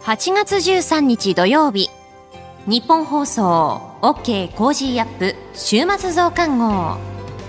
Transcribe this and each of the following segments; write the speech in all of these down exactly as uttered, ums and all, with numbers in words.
はちがつじゅうさんにち土曜日、日本放送 OK コージーアップ週末増刊号。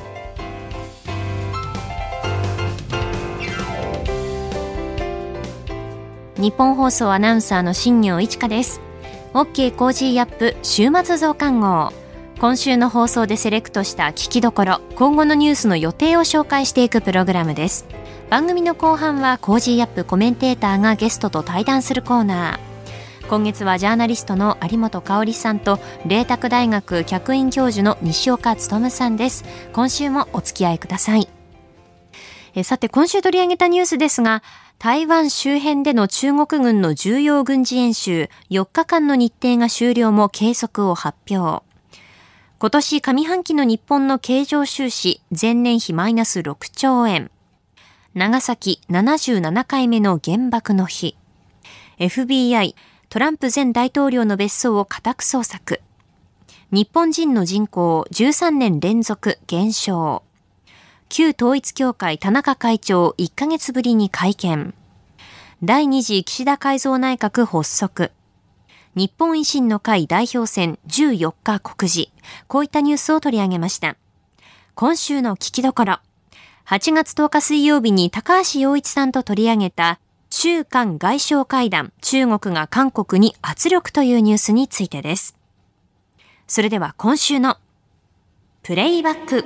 日本放送アナウンサーの新業一華です。 OK コージーアップ週末増刊号、今週の放送でセレクトした聞きどころ、今後のニュースの予定を紹介していくプログラムです。番組の後半はコージーアップコメンテーターがゲストと対談するコーナー。今月はジャーナリストの有本香里さんと麗澤大学客員教授の西岡努さんです。今週もお付き合いください。えさて、今週取り上げたニュースですが、台湾周辺での中国軍の重要軍事演習よっかかんの日程が終了も継続を発表。今年上半期の日本の経常収支前年比マイナスろくちょうえん。長崎ななじゅうななかいめの原爆の日。 エフビーアイ トランプ前大統領の別荘を家宅捜索。日本人の人口じゅうさんねん連続減少。旧統一教会田中会長いっかげつぶりに会見。だいに次岸田改造内閣発足。日本維新の会代表選じゅうよっか告示。こういったニュースを取り上げました。今週の聞きどころ、はちがつとおか水曜日に高橋洋一さんと取り上げた中韓外相会談、中国が韓国に圧力というニュースについてです。それでは今週のプレイバック。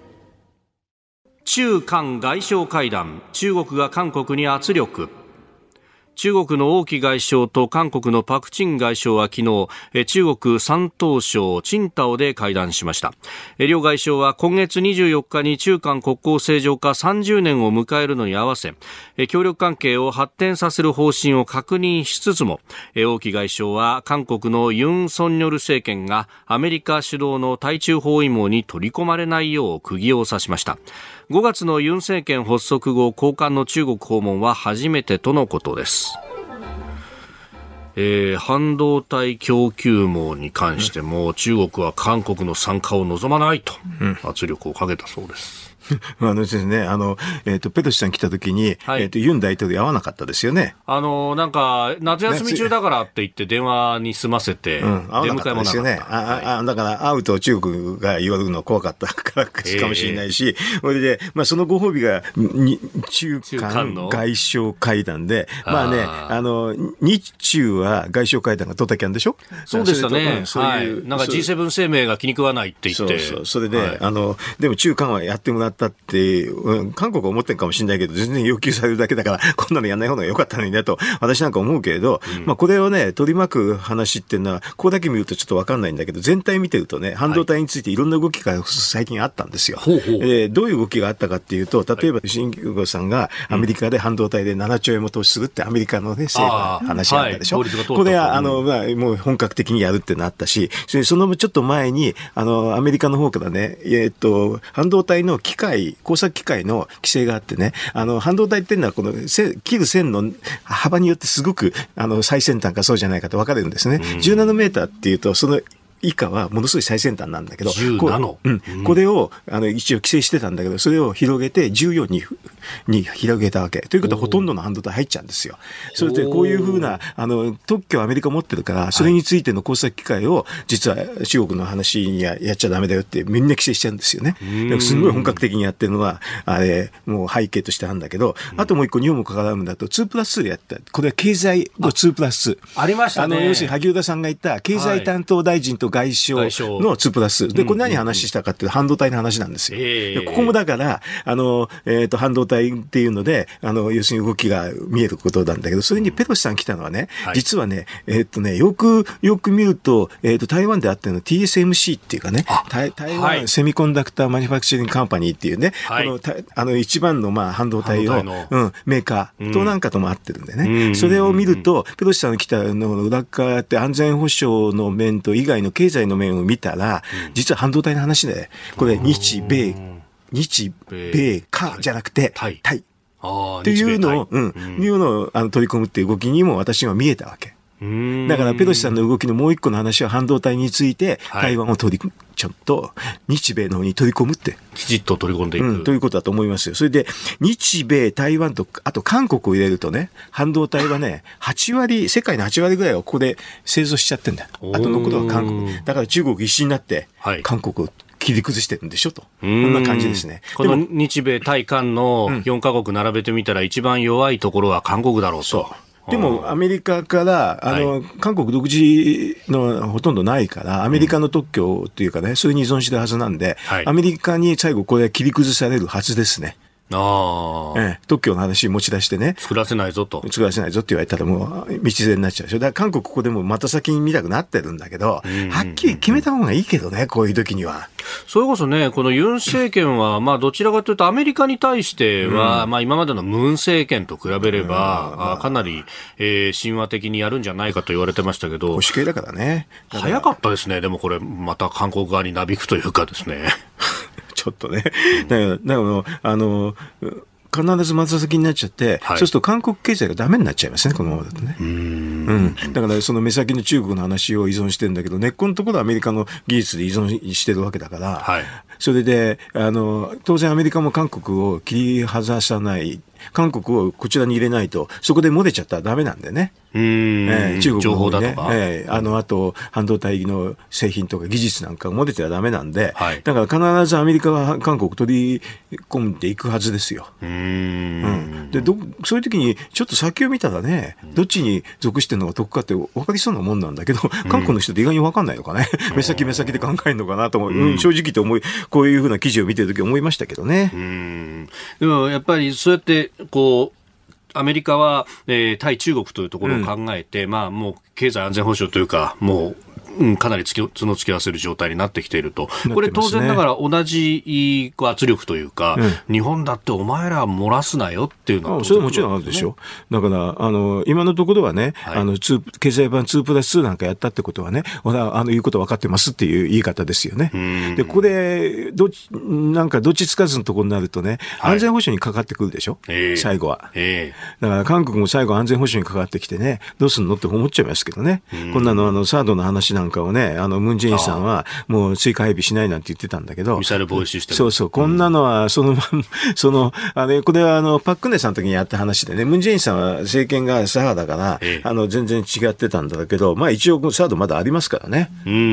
中韓外相会談、中国が韓国に圧力。中国の王毅外相と韓国のパク・チン外相は昨日、中国山東省青島で会談しました。両外相は今月にじゅうよっかに中韓国交正常化さんじゅうねんを迎えるのに合わせ、協力関係を発展させる方針を確認しつつも、王毅外相は韓国のユン・ソンニョル政権がアメリカ主導の対中包囲網に取り込まれないよう釘を刺しました。ごがつのユン政権発足後、高官の中国訪問は初めてとのことです。えー、半導体供給網に関しても、うん、中国は韓国の参加を望まないと圧力をかけたそうです。 あのですね、あの、えっと、ペロシさん来た時に、はい、えっと、ユン大統領会わなかったですよね。 あの、なんか、夏休み中だからって言って電話に済ませて、うん、 会わなかったですよね。あ、はい、あ、だから会うと中国が言われるのは怖かったからかもしれないし、それで、まあ、そのご褒美が、に中韓外相会談で、まあね、あの、日中は外相会談がドタキャンでしょ？ そうでしたね。そういう、はい。なんか ジーセブン 声明が気に食わないって言って。 そうそう。それで、はい、あの、でも中韓はやってもらってだって、うん、韓国は思ってるかもしれないけど全然要求されるだけだからこんなのやんない方が良かったのにねと私なんか思うけれど、うん、まあこれをね取り巻く話っていうのはここだけ見るとちょっと分かんないんだけど全体見てるとね半導体についていろんな動きが最近あったんですよ。はい、えー、どういう動きがあったかっていうと例えば新興国さんがアメリカで半導体でななちょうえんも投資するってアメリカのね政府の話があったでしょ。はい、これはあの、まあ、もう本格的にやるってなったしそのちょっと前にあのアメリカの方からね、えー、っと半導体の機械工作機械の規制があってね、あの半導体っていうのはこの切る線の幅によってすごくあの最先端かそうじゃないかと分かれるんですね。じゅうナノメーターっていうとその以下はものすごい最先端なんだけど、 じゅうナノ、 うん、これをあの一応規制してたんだけど、それを広げてじゅうよんにに広げたわけ。ということはほとんどの半導体入っちゃうんですよ。それでこういうふうなあの特許をアメリカ持ってるから、それについての工作機械を実は中国の話にはやっちゃダメだよってみんな規制しちゃうんですよね。すごい本格的にやってるのはあれもう背景としてあるんだけど、あともう一個日本も関わるんだとにプラスにやった。これは経済のにプラス。 ありましたね。 あの要するに萩生田さんが言った経済担当大臣と外相のにプラス。で、これ何話したかっていうと半導体の話なんですよ。でここもだから、あの、えっと、半導体っていうので、あの、要するに動きが見えることなんだけど、それにペロシさん来たのはね、はい、実はね、えっとね、よく、よく見ると、えっと、台湾であってるの ティーエスエムシー っていうかね、台湾セミコンダクターマニファクチャリングカンパニーっていうね、はい、この、あの、一番の、まあ、半導体を、うん、メーカーとなんかとも合ってるんでね、うん、それを見ると、ペロシさんが来たの裏側って安全保障の面と以外の経済の面を見たら、実は半導体の話で、これ日米、日米韓じゃなくて、タイ。タイっていうのを、うん、いうのをあの取り込むっていう動きにも私は見えたわけ。だからペロシさんの動きのもう一個の話は半導体について台湾を取りちょっと日米の方に取り込むって。 きちっと取り込んでいく。 うん、ということだと思いますよ。それで、日米、台湾と、あと韓国を入れるとね、半導体はね、はちわり、世界のはちわりぐらいをここで製造しちゃってんだ。あと残るは韓国。だから中国一心になって、韓国を切り崩してるんでしょと。こんな感じですね。 この日米対韓のよんカ国並べてみたら一番弱いところは韓国だろうと。 そう。でもアメリカからあの、はい、韓国独自のほとんどないからアメリカの特許というかね、それに依存してるはずなんで、はい、アメリカに最後これ切り崩されるはずですね。 あええ、特許の話持ち出してね。 作らせないぞと。 作らせないぞって言われたらもう道連れになっちゃうでしょ。だから韓国ここでもまた先に見たくなってるんだけど、うんうんうん、はっきり決めた方がいいけどね、こういう時には。 それこそね、このユン政権は、まあどちらかというとアメリカに対しては、うん、まあ今までのムン政権と比べれば、うん、かなり、えー、親和的にやるんじゃないかと言われてましたけど。 保守系だからね。 だから早かったですね。でもこれまた韓国側になびくというかですね。 ちょっとね。だから、だからあの、必ず松先になっちゃって、はい、そうすると韓国経済がダメになっちゃいますね、このままだとね。うーん、うん。だからその目先の中国の話を依存してるんだけど、根っこのところはアメリカの技術で依存してるわけだから、はい、それで、あの、当然アメリカも韓国を切り離さない、韓国をこちらに入れないと、そこで漏れちゃったらダメなんでね。 うーん、えー、中国の方にね、情報だとか、 えー、あの、あと、半導体の製品とか技術なんかが漏れてはダメなんで、はい、だから必ずアメリカは韓国取り込んでいくはずですよ。 うーん、うん、 でど、そういう時に、ちょっと先を見たらね、どっちに属してるのが得かって分かりそうなもんなんだけど、韓国の人って意外に分かんないのかね。目先目先で考えるのかなと思う。うん、正直と思い、こういうふうな記事を見てる時思いましたけどね。 うん、でもやっぱりそうやって、こう、アメリカは、えー、対中国というところを考えて、うん、まあもう経済安全保障というか、もう、うん、かなりつき角突き合わせる状態になってきていると、ね、これ当然ながら同じ圧力というか、うん、日本だってお前ら漏らすなよっていうのは、 それはもちろんあるでしょ。だからあの今のところはね、はい、あの経済版にプラスになんかやったってことはね、俺はあの言うこと分かってますっていう言い方ですよね。でこれどっちなんかどっちつかずのところになるとね、はい、安全保障にかかってくるでしょ、えー、最後は、えー、だから韓国も最後安全保障にかかってきてね、どうすんのって思っちゃいますけどね。こんなのあのサードの話なんかをね、あのムン・ジェインさんはもう追加配備しないなんて言ってたんだけど、 ミサイル防衛システム、 そうそう、こんなのはその、うん、そのあれこれはあのパク・クネさんの時にやった話でね、ムン・ジェインさんは政権が左派だから、ええ、あの全然違ってたんだけど、まあ一応サードまだありますからね。 うんうんうん、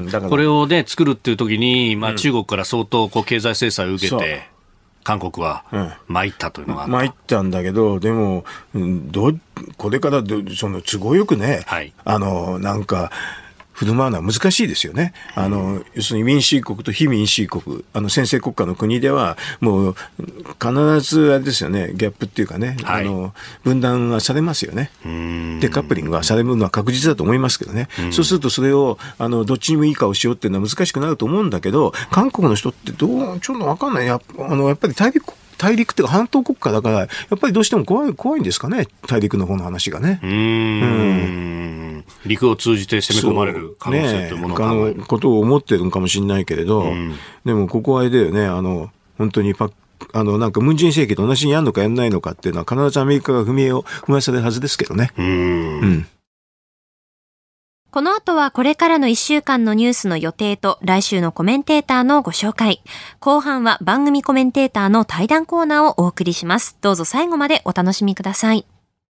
だからこれをね作るっていう時に、まあ中国から相当こう経済制裁を受けて、韓国は参ったというのがあった、うん、 参ったんだけど、でもどこれからその都合よくね、はい、あのなんか振る舞うのは難しいですよね。あの要するに民主主義国と非民主主義国、あの専制国家の国ではもう必ずあれですよね、ギャップっていうかね、はい、あの分断はされますよね。デカップリングはされるのは確実だと思いますけどね。うそうするとそれをあのどっちにもいい顔しようっていうのは難しくなると思うんだけど、韓国の人ってどうちょっと分かんない。やあのやっぱり大陸大陸っていうか半島国家だからやっぱりどうしても怖い怖いんですかね、大陸の方の話がね。 うーん、うん陸を通じて攻め込まれる可能性というものを考える、 ね、ことを思ってるのかもしれないけれど、でもここはあれだよね、あの本当にパッあのなんかムン・ジェイン政権と同じにやるのかやらないのかっていうのは必ずアメリカが踏み絵を踏まされるはずですけどね。うーん、うんこの後はこれからのいっしゅうかんのニュースの予定と来週のコメンテーターのご紹介。後半は番組コメンテーターの対談コーナーをお送りします。どうぞ最後までお楽しみください。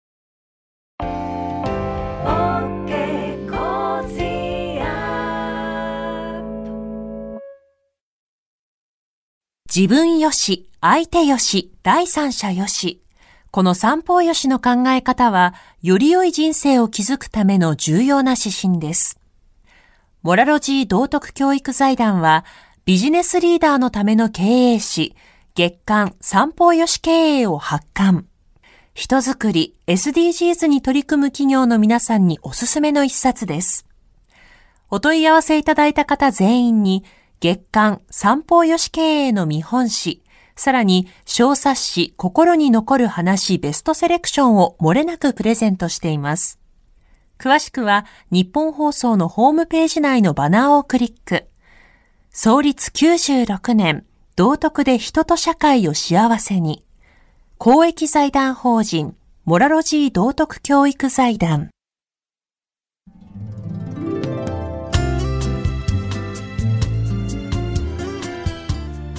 自分よし、相手よし、第三者よし。この三方よしの考え方は、より良い人生を築くための重要な指針です。モラロジー道徳教育財団は、ビジネスリーダーのための経営誌、月刊三方よし経営を発刊。人づくり、エスディージーズ に取り組む企業の皆さんにおすすめの一冊です。お問い合わせいただいた方全員に、月刊三方よし経営の見本誌、さらに小冊子心に残る話ベストセレクションを漏れなくプレゼントしています。詳しくは日本放送のホームページ内のバナーをクリック。創立きゅうじゅうろくねん、道徳で人と社会を幸せに。公益財団法人モラロジー道徳教育財団。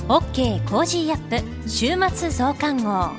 OK コージーアップ週末増刊号。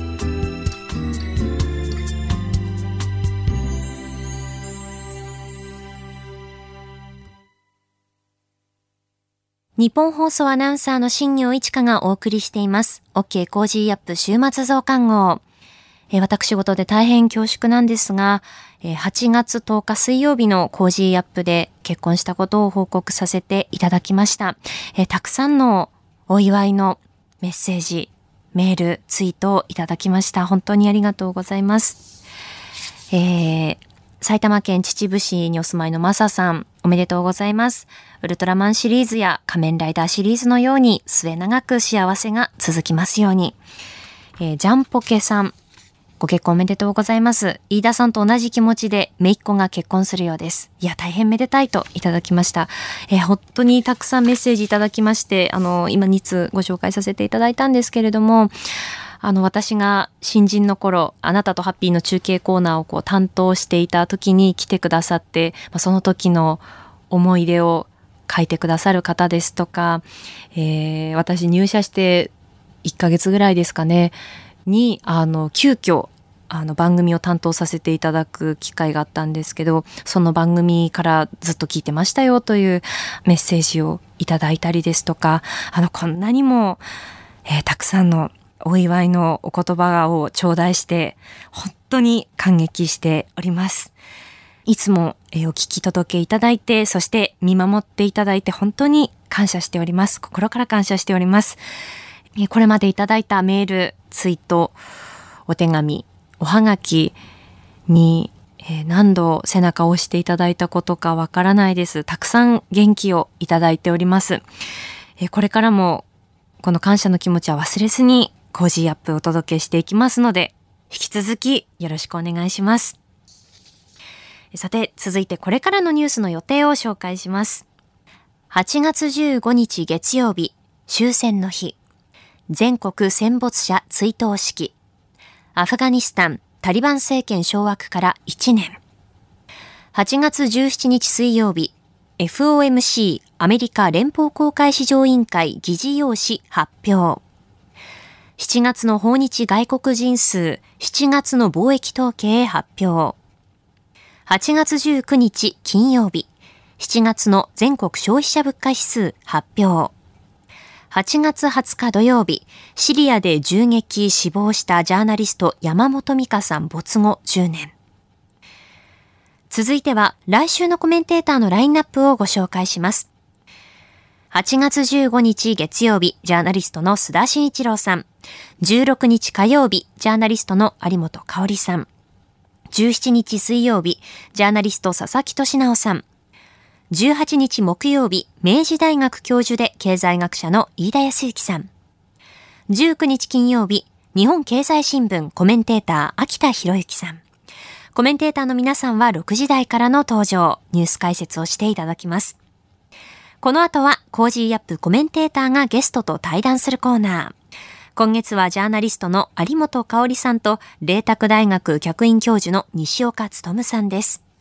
日本放送アナウンサーの新業一華がお送りしています OK コージーアップ週末増刊号。えー、私事で大変恐縮なんですが、えー、はちがつとおか水曜日のコージーアップで結婚したことを報告させていただきました。えー、たくさんのお祝いのメッセージ、メール、ツイートをいただきました。本当にありがとうございます。えー、埼玉県秩父市にお住まいのマサさん、おめでとうございます。ウルトラマンシリーズや仮面ライダーシリーズのように末永く幸せが続きますように。えー、ジャンポケさん、ご結婚おめでとうございます。飯田さんと同じ気持ちで姪っ子が結婚するようです。いや、大変めでたいといただきました。えー、本当にたくさんメッセージいただきまして、あの、今につご紹介させていただいたんですけれども、あの、私が新人の頃、あなたとハッピーの中継コーナーをこう担当していた時に来てくださって、まあ、その時の思い出を書いてくださる方ですとか、えー、私入社していっかげつぐらいですかね、に、あの、急遽、あの、番組を担当させていただく機会があったんですけど、その番組からずっと聞いてましたよというメッセージをいただいたりですとか、あの、こんなにも、えー、たくさんのお祝いのお言葉を頂戴して、本当に感激しております。いつもお聞き届けいただいて、そして見守っていただいて本当に感謝しております。心から感謝しております。これまでいただいたメール、ツイート、お手紙、おはがきに何度背中を押していただいたことかわからないです。たくさん元気をいただいております。これからもこの感謝の気持ちは忘れずにコージーアップをお届けしていきますので、引き続きよろしくお願いします。さて、続いてこれからのニュースの予定を紹介します。はちがつじゅうごにち月曜日、終戦の日。全国戦没者追悼式。アフガニスタン、タリバン政権掌握からいちねん。はちがつじゅうしちにち水曜日、エフオーエムシー アメリカ連邦公開市場委員会議事要旨発表。しちがつの訪日外国人数、しちがつの貿易統計発表。はちがつじゅうくにち金曜日、しちがつの全国消費者物価指数発表。はちがつはつか土曜日、シリアで銃撃死亡したジャーナリスト山本美香さん没後じゅうねん。続いては来週のコメンテーターのラインナップをご紹介します。はちがつじゅうごにち月曜日、ジャーナリストの須田慎一郎さん。じゅうろくにち火曜日、ジャーナリストの有本香里さん。じゅうしちにち水曜日、ジャーナリスト佐々木俊直さん。じゅうはちにち木曜日、明治大学教授で経済学者の飯田康之さん。じゅうくにち金曜日、日本経済新聞コメンテーター秋田博之さん。コメンテーターの皆さんはろくじ台からの登場、ニュース解説をしていただきます。この後はコージーアップコメンテーターがゲストと対談するコーナー。今月はジャーナリストの有本香里さんと麗澤大学客員教授の西岡努さんです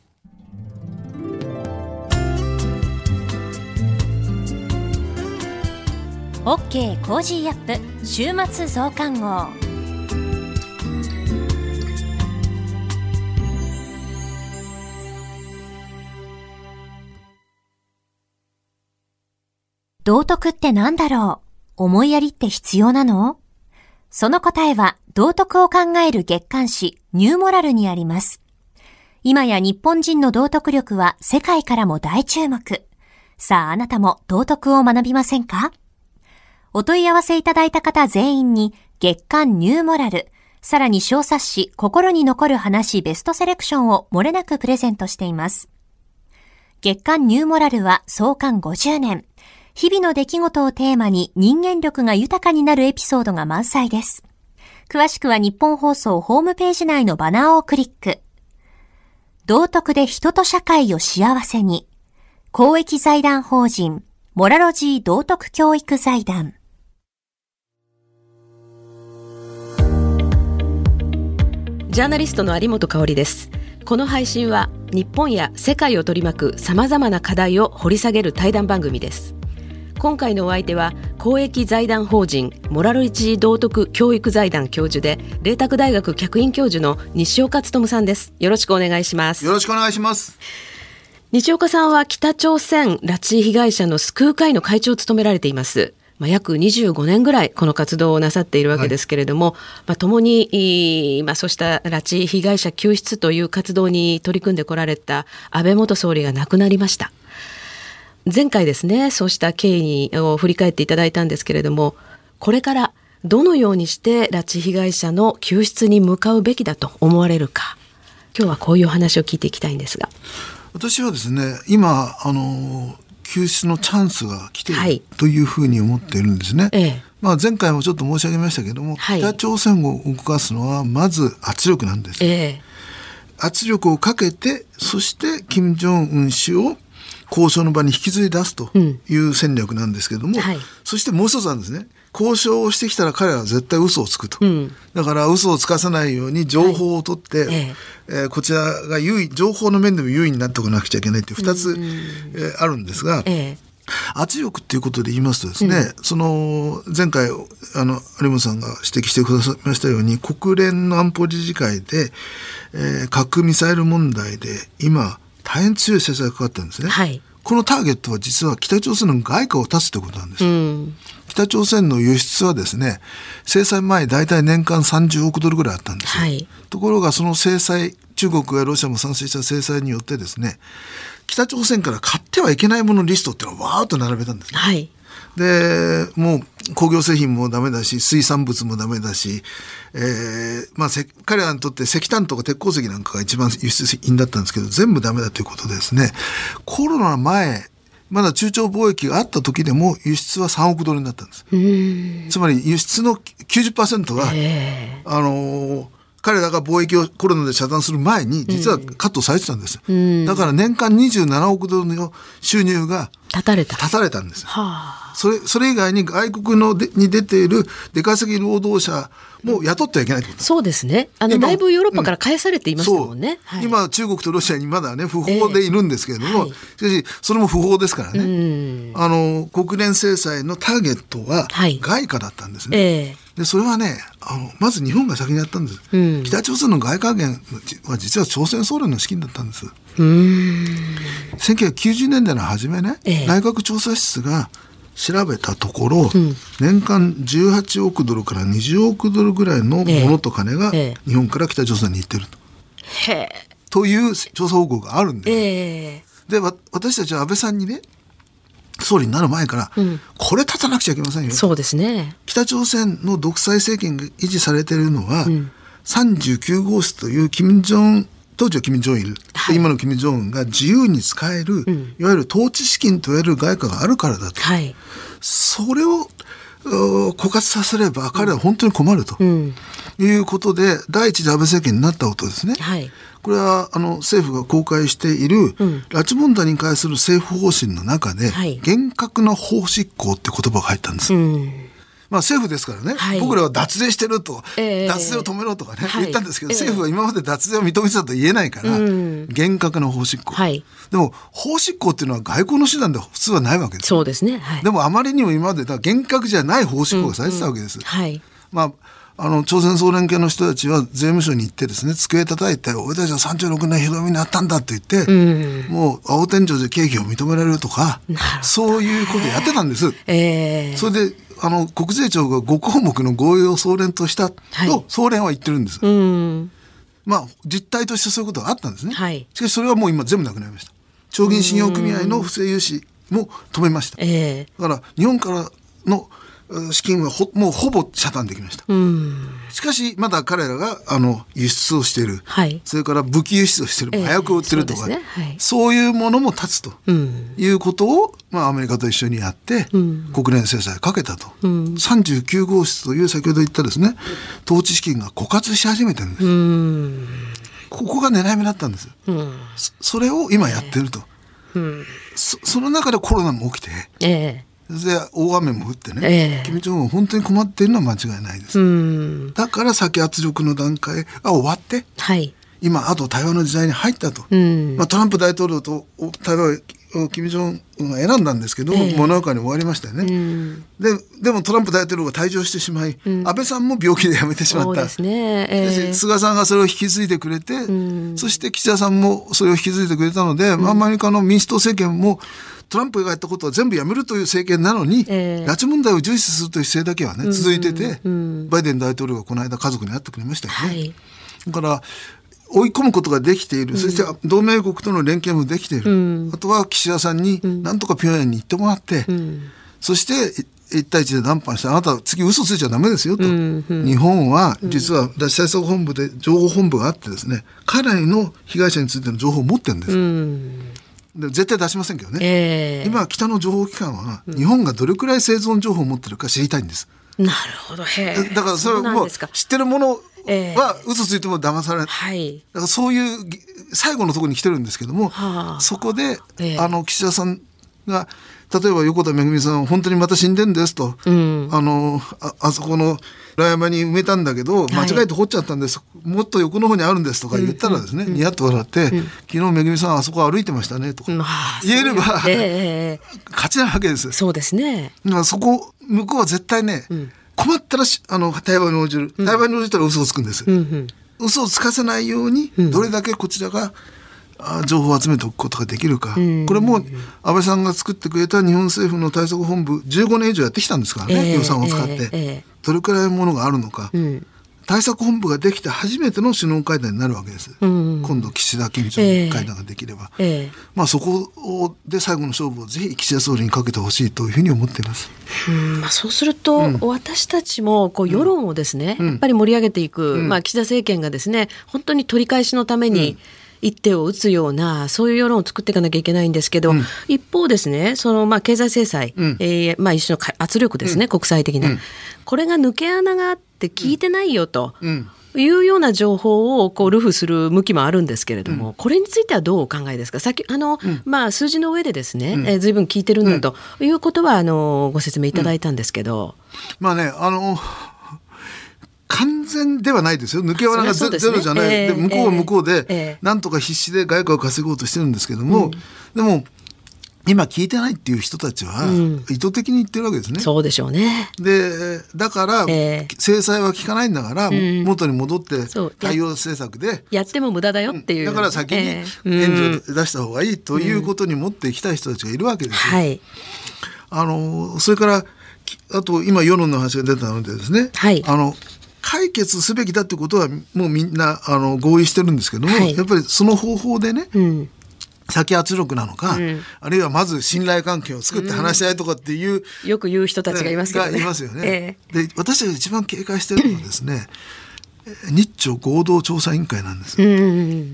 。OK コージーアップ週末増刊号。道徳って何だろう？思いやりって必要なの？その答えは道徳を考える月刊誌ニューモラルにあります。今や日本人の道徳力は世界からも大注目。さああなたも道徳を学びませんか？お問い合わせいただいた方全員に月刊ニューモラル、さらに小冊子心に残る話ベストセレクションを漏れなくプレゼントしています。月刊ニューモラルは創刊ごじゅうねん。日々の出来事をテーマに人間力が豊かになるエピソードが満載です。詳しくは日本放送ホームページ内のバナーをクリック。道徳で人と社会を幸せに。公益財団法人モラロジー道徳教育財団。 ジャーナリストの有本香里です。この配信は日本や世界を取り巻く様々な課題を掘り下げる対談番組です。今回のお相手は公益財団法人モラル一道徳教育財団教授で麗澤大学客員教授の西岡努さんです。よろしくお願いします。 よろしくお願いします。 西岡さんは北朝鮮拉致被害者の救う会の会長を務められています。まあ、約にじゅうごねんぐらいこの活動をなさっているわけですけれども、はい、まあ、共に、まあ、そうした拉致被害者救出という活動に取り組んでこられた安倍元総理が亡くなりました。前回ですね、そうした経緯を振り返っていただいたんですけれども、これからどのようにして拉致被害者の救出に向かうべきだと思われるか、今日はこういうお話を聞いていきたいんですが。 私はですね、今あの救出のチャンスが来ている、はい、というふうに思っているんですね、ええ、まあ、前回もちょっと申し上げましたけれども、はい、北朝鮮を動かすのはまず圧力なんです、ええ、圧力をかけて、そして金正恩氏を交渉の場に引きずり出すという戦略なんですけれども、うん、はい、そしてもう一つなんですね。交渉をしてきたら彼らは絶対嘘をつくと、うん、だから嘘をつかさないように情報を取って、はい、えええー、こちらが優位、情報の面でも優位になっておかなくちゃいけないというふたつ、うん、えー、あるんですが、ええ、圧力っていうことで言いますとですね、うん、その前回あの有本さんが指摘してくださいましたように、国連の安保理事会で、えー、核ミサイル問題で今大変強い制裁がかかってるんですね、はい、このターゲットは実は北朝鮮の外貨を断つということなんです、うん、北朝鮮の輸出はですね、制裁前だいたい年間さんじゅうおくドルぐらいあったんですよ、はい、ところがその制裁、中国やロシアも賛成した制裁によってですね、北朝鮮から買ってはいけないものリストっていうのをわーっと並べたんですね、はい、でもう工業製品もダメだし、水産物もダメだし、えーまあ、彼らにとって石炭とか鉄鉱石なんかが一番輸出品だったんですけど、全部ダメだということでですね、コロナ前まだ中朝貿易があった時でも輸出はさんおくドルになったんです。つまり輸出の きゅうじゅっパーセント が、あのー、彼らが貿易をコロナで遮断する前に実はカットされてたんです、うん、だから年間にじゅうななおくドルの収入が断たれた断たれたんです、はあ、それ、それ以外に外国のでに出ている出稼ぎ労働者も雇ってはいけないということ。 そうですね、あのだいぶヨーロッパから返されていましたもんね、うん、はい、今中国とロシアにまだね不法でいるんですけれども、えーはい、しかしそれも不法ですからね、うん、あの国連制裁のターゲットは外貨だったんですね、はい、えーでそれはね、あのまず日本が先にやったんです、うん、北朝鮮の外貨源は実は朝鮮総連の資金だったんです。うーん、せんきゅうひゃくきゅうじゅうねんだいの初めね、ええ、内閣調査室が調べたところ、うん、年間じゅうはちおくドルからにじゅうおくドルぐらいのものと金が日本から北朝鮮に行ってると、ええ、という調査報告があるんです、ええ、で私たちは安倍さんにね、総理になる前から、うん、これ立たなくちゃいけませんよ。 そうですね。 北朝鮮の独裁政権が維持されているのは、うん、さんじゅうきゅうごうしつという金正恩、当時は金正日、はい、今の金正恩が自由に使える、うん、いわゆる統治資金といわれる外貨があるからだと、はい、それを枯渇させれば彼は本当に困ると、うん、いうことで第一次安倍政権になったことですね、はい、これはあの政府が公開している、うん、拉致問題に関する政府方針の中で、はい、厳格な法執行って言葉が入ったんです、うん、まあ、政府ですからね、はい、僕らは脱税してると、えー、脱税を止めろとかね、はい、言ったんですけど、えー、政府は今まで脱税を認めてたと言えないから、うん、厳格な法執行、はい、でも法執行っていうのは外交の手段で普通はないわけです。 そうですね、はい、 でもあまりにも今までだ厳格じゃない法執行がされてたわけです、うんうん、はい、まああの朝鮮総連系の人たちは税務署に行ってですね、机叩いて俺たちはさんじゅうろくねんひどみになったんだって言って、うん、もう青天井で経費を認められるとか、そういうことやってたんです、えー、それであの国税庁がごこうもくの合意を総連としたと、はい、総連は言ってるんです、うん、まあ実態としてそういうことがあったんですね、はい、しかしそれはもう今全部なくなりました。町銀信用組合の不正融資も止めました、えー、だから日本からの資金はほもうほぼ遮断できました。うん、しかしまだ彼らがあの輸出をしている、はい、それから武器輸出をしている、麻薬を売っているとか、えー そうですね、はい、そういうものも断つということを、まあ、アメリカと一緒にやって、うん、国連制裁をかけたと、うん、さんじゅうきゅうごうしつという先ほど言ったですね、統治資金が枯渇し始めてるんです、うん、ここが狙い目だったんです、うん、そ, それを今やってると、えーうん、そ, その中でコロナも起きて、えーで大雨も降ってね、えー、金正恩は本当に困っているのは間違いないです。うん、だから先圧力の段階が終わって、はい、今あと対話の時代に入ったと、うん、まあ、トランプ大統領と対話金正恩が選んだんですけど、えー、もうなかに終わりましたよね、うん、で, でもトランプ大統領が退場してしまい、うん、安倍さんも病気で辞めてしまった。そうですね、えー、菅さんがそれを引き継いでくれて、うん、そして岸田さんもそれを引き継いでくれたので、うん、アメリカの民主党政権もトランプがやったことは全部やめるという政権なのに、えー、拉致問題を重視するという姿勢だけはね続いてて、うん、バイデン大統領がこの間家族に会ってくれましたよね、はい、だから追い込むことができている、うん、そして同盟国との連携もできている、うん、あとは岸田さんに何とか平壌に行ってもらって、うん、そして一対一で談判して、あなた次嘘ついちゃダメですよと、うんうん、日本は実は拉致対策本部で情報本部があってですね、かなりの被害者についての情報を持ってるんです、うん、で絶対出しませんけどね、えー、今北の情報機関は日本がどれくらい生存情報を持ってるか知りたいんです、 うん、なるほど。へだからそれはもう知ってるものは嘘ついても騙されない、はい、だからそういう最後のところに来てるんですけども、はあ、そこで、えー、あの岸田さんが例えば横田めぐみさん本当にまた死んでんですと、うん、あの あ, あそこの裏山に埋めたんだけど間違えて掘っちゃったんです、はい、もっと横の方にあるんですとか言ったらですね、うんうん、ニヤッと笑って、うん、昨日めぐみさんあそこ歩いてましたねとか、うん、言えれば、えー、勝ちなわけです。 そうですね。 だからそこ向こうは絶対ね、うん、困ったらあの対話に応じる、対話に応じたら嘘をつくんです、うんうん、嘘をつかせないようにどれだけこちらが情報を集めておくことができるか、うん、これも安倍さんが作ってくれた日本政府の対策本部じゅうごねん以上やってきたんですからね、えー、予算を使って、えーえー、どれくらいのものがあるのか、うん、対策本部ができて初めての首脳会談になるわけです、うん、今度岸田金正恩会談ができれば、えーえーまあ、そこで最後の勝負をぜひ岸田総理にかけてほしいというふうに思っています。 うんまあ、そうすると、うん、私たちもこう世論をですね、うん、やっぱり盛り上げていく、うんまあ、岸田政権がですね本当に取り返しのために、うん一手を打つようなそういう世論を作っていかなきゃいけないんですけど、うん、一方ですねそのまあ経済制裁、うんえーまあ、一種の圧力ですね、うん、国際的な、うん、これが抜け穴があって効いてないよと、うんいうような情報をこう流布する向きもあるんですけれども、うん、これについてはどうお考えですか。さっきあの、うんまあ、数字の上でですね、うんえー、随分効いてるんだということはあのご説明いただいたんですけど、 うん、まあねあの完全ではないですよ。抜け穴が ゼ,、ね、ゼロじゃない、えー、で向こうは向こうで、えー、なんとか必死で外貨を稼ごうとしてるんですけども、うん、でも今聞いてないっていう人たちは意図的に言ってるわけですね、うん、 そうでしょうね。 でだから、えー、制裁は効かないんだから、うん、元に戻って対応政策でや, やっても無駄だよっていう、 だから先に援助を出した方がいいということに持っていきたい人たちがいるわけですよ、うんはい、あのそれからあと今世論の話が出たのでですね、はい、あの解決すべきだってことはもうみんなあの合意してるんですけども、はい、やっぱりその方法でね、うん先圧力なのか、うん、あるいはまず信頼関係を作って話し合いとかっていう、 うん、よく言う人たちがいますけどね。 がいますよね、えー、で私たちが一番警戒しているのはですね日朝合同調査委員会なんです、うん、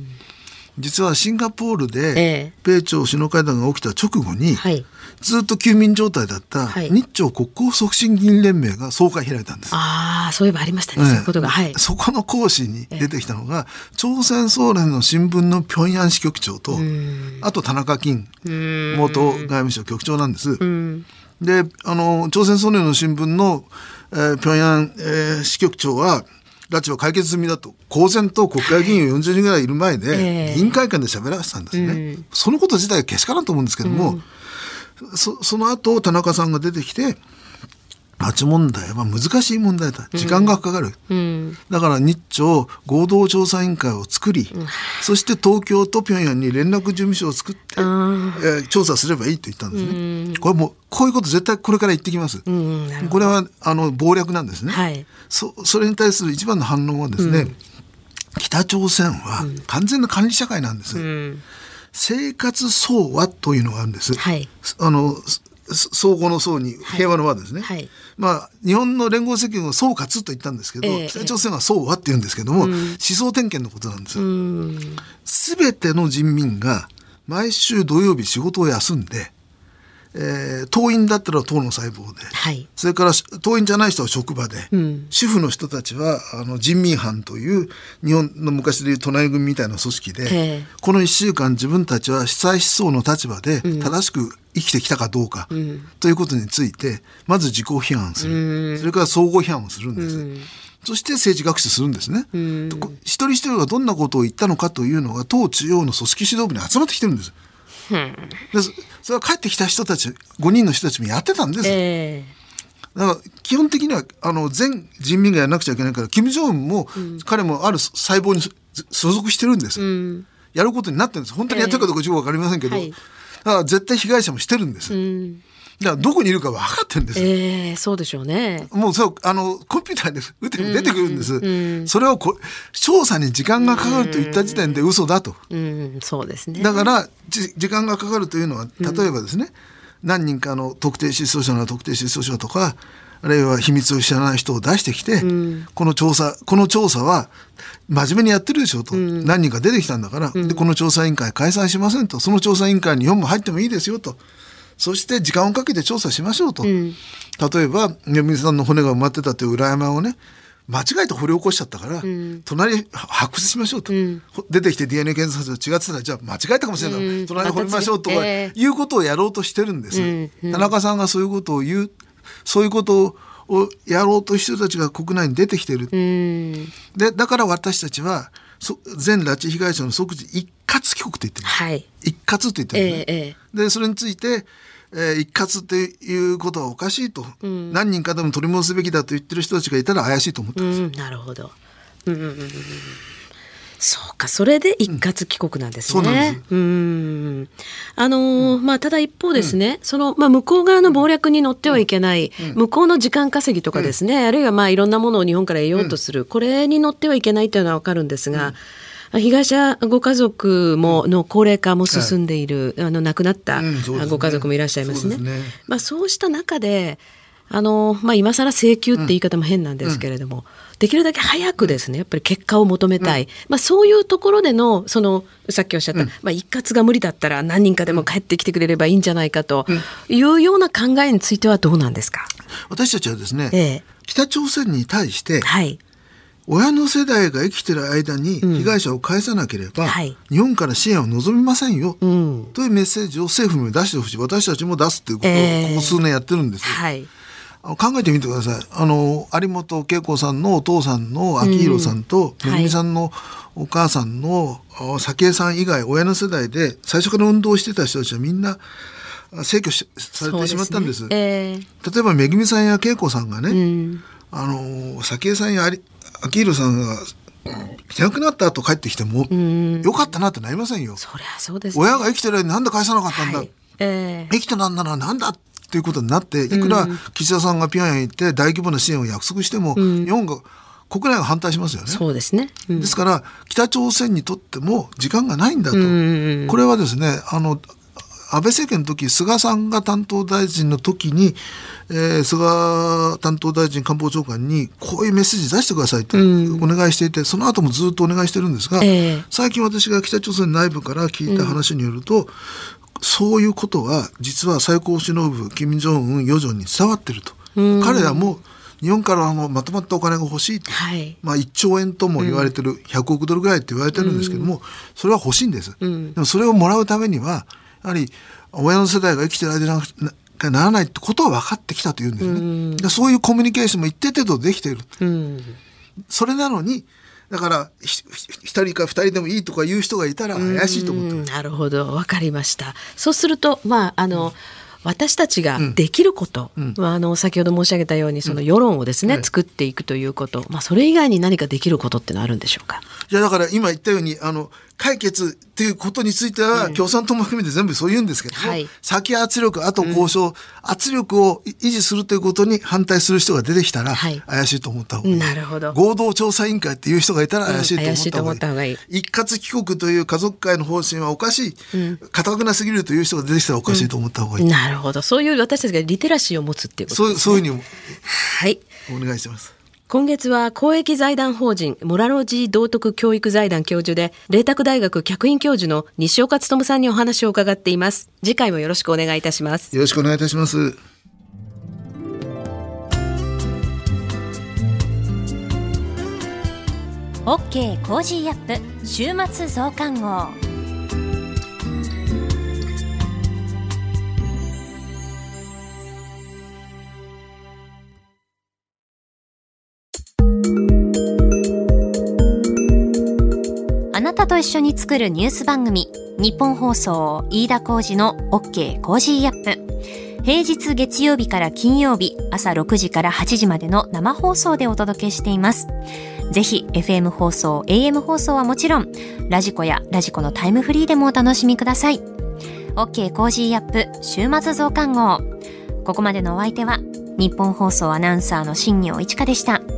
実はシンガポールで米朝首脳会談が起きた直後に、はい、ずっと休眠状態だった日朝国交促進議員連盟が総会開いたんです、 ああそういえばありましたね、そういうことが、はい、 そこの講師に出てきたのが朝鮮総連の新聞の平壌支局長とあと田中金元外務省局長なんです。であの朝鮮総連の新聞の、えー、平壌、えー、支局長は拉致は解決済みだと公然と国会議員よんじゅうにんぐらいいる前で議員会館で喋らせたんですね、えー、そのこと自体はけしからんと思うんですけども、うんそ, その後田中さんが出てきて拉致問題は難しい問題だ、時間がかかる、うん、だから日朝合同調査委員会を作り、うん、そして東京と平壌に連絡事務所を作って、えー、調査すればいいと言ったんですね、うん、これもうこういうこと絶対これから言ってきます、うん、これはあの謀略なんですね、はい、そ, それに対する一番の反論はですね、うん、北朝鮮は完全な管理社会なんです、うん生活総和というのがあるんです、はい、あの相互の相に平和の和ですね、はいはいまあ、日本の連合赤軍は総括と言ったんですけど、えー、北朝鮮は総和って言うんですけども、うん、思想点検のことなんですよ。すべての人民が毎週土曜日仕事を休んで、えー、党員だったら党の細胞で、はい、それから党員じゃない人は職場で、うん、主婦の人たちはあの人民班という日本の昔でいう隣組みたいな組織で、えー、このいっしゅうかん自分たちは主催思想の立場で正しく生きてきたかどうか、うん、ということについてまず自己批判する、うん、それから相互批判をするんです、うん、そして政治学習するんですね、うん、一人一人がどんなことを言ったのかというのが党中央の組織指導部に集まってきてるんです。 うん、でそれは帰ってきた人たちごにんの人たちもやってたんです、えー、だから基本的にはあの全人民がやらなくちゃいけないから金正恩も、うん、彼もある細胞に所属してるんです、うん、やることになってるんです。本当にやってるかどうかちょっと分かりませんけど、えーはい、だから絶対被害者もしてるんです、うん、だからどこにいるか分かってるんです。 えー、そうでしょうね。 もうそうあのコンピューターで打て出てくるんです、うんうん、それをこ調査に時間がかかるといった時点で嘘だと、 うんうん、そうですね。 だから時間がかかるというのは例えばですね、うん、何人かの特定失踪者なら特定失踪者とかあるいは秘密を知らない人を出してきて、うん、この調査この調査は真面目にやってるでしょと、うん、何人か出てきたんだから、うん、でこの調査委員会解散しませんと、その調査委員会に日本も入ってもいいですよと、そして時間をかけて調査しましょうと、うん、例えばめぐみさんの骨が埋まってたという裏山をね間違えて掘り起こしちゃったから、うん、隣発掘しましょうと、うん、出てきて ディーエヌエー 検査と違ってたらじゃあ間違えたかもしれない、うん、隣掘りましょうとかいうことをやろうとしてるんです、うんうん、田中さんがそういうことを言う、そういうことをやろうとしてる人たちが国内に出てきてる、うん、でだから私たちは全拉致被害者の即時一括帰国と言ってる、はい、一括と言ってる、ねえー、でそれについてえー、一括っていうことはおかしいと、うん、何人かでも取り戻すべきだと言ってる人たちがいたら怪しいと思ってます、 うん、なるほど、うんうんうん、そうか、それで一括帰国なんですね、うん、そうなんです。うん、あのーうんまあ、ただ一方ですね、うんそのまあ、向こう側の謀略に乗ってはいけない、うん、向こうの時間稼ぎとかですね、うん、あるいはまあいろんなものを日本から得ようとする、うん、これに乗ってはいけないというのは分かるんですが、うん被害者ご家族もの高齢化も進んでいる、はい、あの亡くなった、うんね、ご家族もいらっしゃいますね。そうですね。まあ、そうした中であの、まあ、今更請求って言い方も変なんですけれども、うん、できるだけ早くですねやっぱり結果を求めたい、うんまあ、そういうところでのそのさっきおっしゃった、うんまあ、一括が無理だったら何人かでも帰ってきてくれればいいんじゃないかというような考えについてはどうなんですか。 私たちはですね、ええ、北朝鮮に対して、はい親の世代が生きている間に被害者を返さなければ、うんはい、日本から支援を望みませんよ、うん、というメッセージを政府に出してほしい。私たちも出すということをここ数年やってるんです、えーはい、あの考えてみてください。あの有本恵子さんのお父さんの昭弘さんと、うん、めぐみさんのお母さんの早紀江さん以外親の世代で最初から運動してた人たちはみんな逝去しされてしまったんです。ですねえー、例えばめぐみさんや恵子さんがね、うん、あの早紀江さんや有昭弘さんがいなくなった後帰ってきてもよかったなってなりませんよ。 そりゃそうですね。 親が生きてる間になんで返さなかったんだ、はいえー、生きてなんならなんだっていうことになっていくら岸田さんが平壌に行って大規模な支援を約束しても、うん、日本が国内が反対しますよね。 そうですね、うん、 ですから北朝鮮にとっても時間がないんだと、うん、これはですねあの安倍政権の時菅さんが担当大臣の時に、えー、菅担当大臣官房長官にこういうメッセージ出してくださいとお願いしていて、うん、その後もずっとお願いしてるんですが、えー、最近私が北朝鮮内部から聞いた話によると、うん、そういうことは実は最高指導部金正恩余剰に伝わってると、うん、彼らも日本からのまとまったお金が欲しいと、はいまあ、いっちょうえんとも言われてる、うん、ひゃくおくドルぐらいって言われてるんですけども、うん、それは欲しいんです、うん、でもそれをもらうためにはやはり親の世代が生きてる間にならないってことは分かってきたというんですね、うん、でそういうコミュニケーションも一定程度できている、うん、それなのにだからひ一人か二人でもいいとか言う人がいたら怪しいと思ってる。 なるほど、分かりました。そうするとまああの、うん私たちができること、うんうん、あの先ほど申し上げたようにその世論をですね、うん、作っていくということ、まあ、それ以外に何かできることってのはあるんでしょうか。 いやだから今言ったようにあの解決っていうことについては、うん、共産党も含めて全部そう言うんですけども、はい、先圧力あと交渉、うん、圧力を維持するということに反対する人が出てきたら、はい、怪しいと思った方がいい。 なるほど。 合同調査委員会っていう人がいたら怪しいと思った方がいい、うん、いい一括帰国という家族会の方針はおかしい、堅、うん、くなすぎるという人が出てきたらおかしいと思った方がいい、 うん、なるほど。そういう私たちがリテラシーを持つっていうことですね。 そう、そういうふうにはいお願いします。 今月は公益財団法人モラロジー道徳教育財団教授で麗澤大学客員教授の西岡努さんにお話を伺っています。次回もよろしくお願いいたします。 よろしくお願いいたします。 OK コージーアップ週末増刊号。あななたと一緒に作るニュース番組、日本放送飯田浩司の OK コージーアップ。平日月曜日から金曜日朝ろくじからはちじまでの生放送でお届けしています。ぜひ エフエム 放送 エーエム 放送はもちろん、ラジコやラジコのタイムフリーでもお楽しみください。 OK コージーアップ週末増刊号。ここまでのお相手は日本放送アナウンサーの新業一華でした。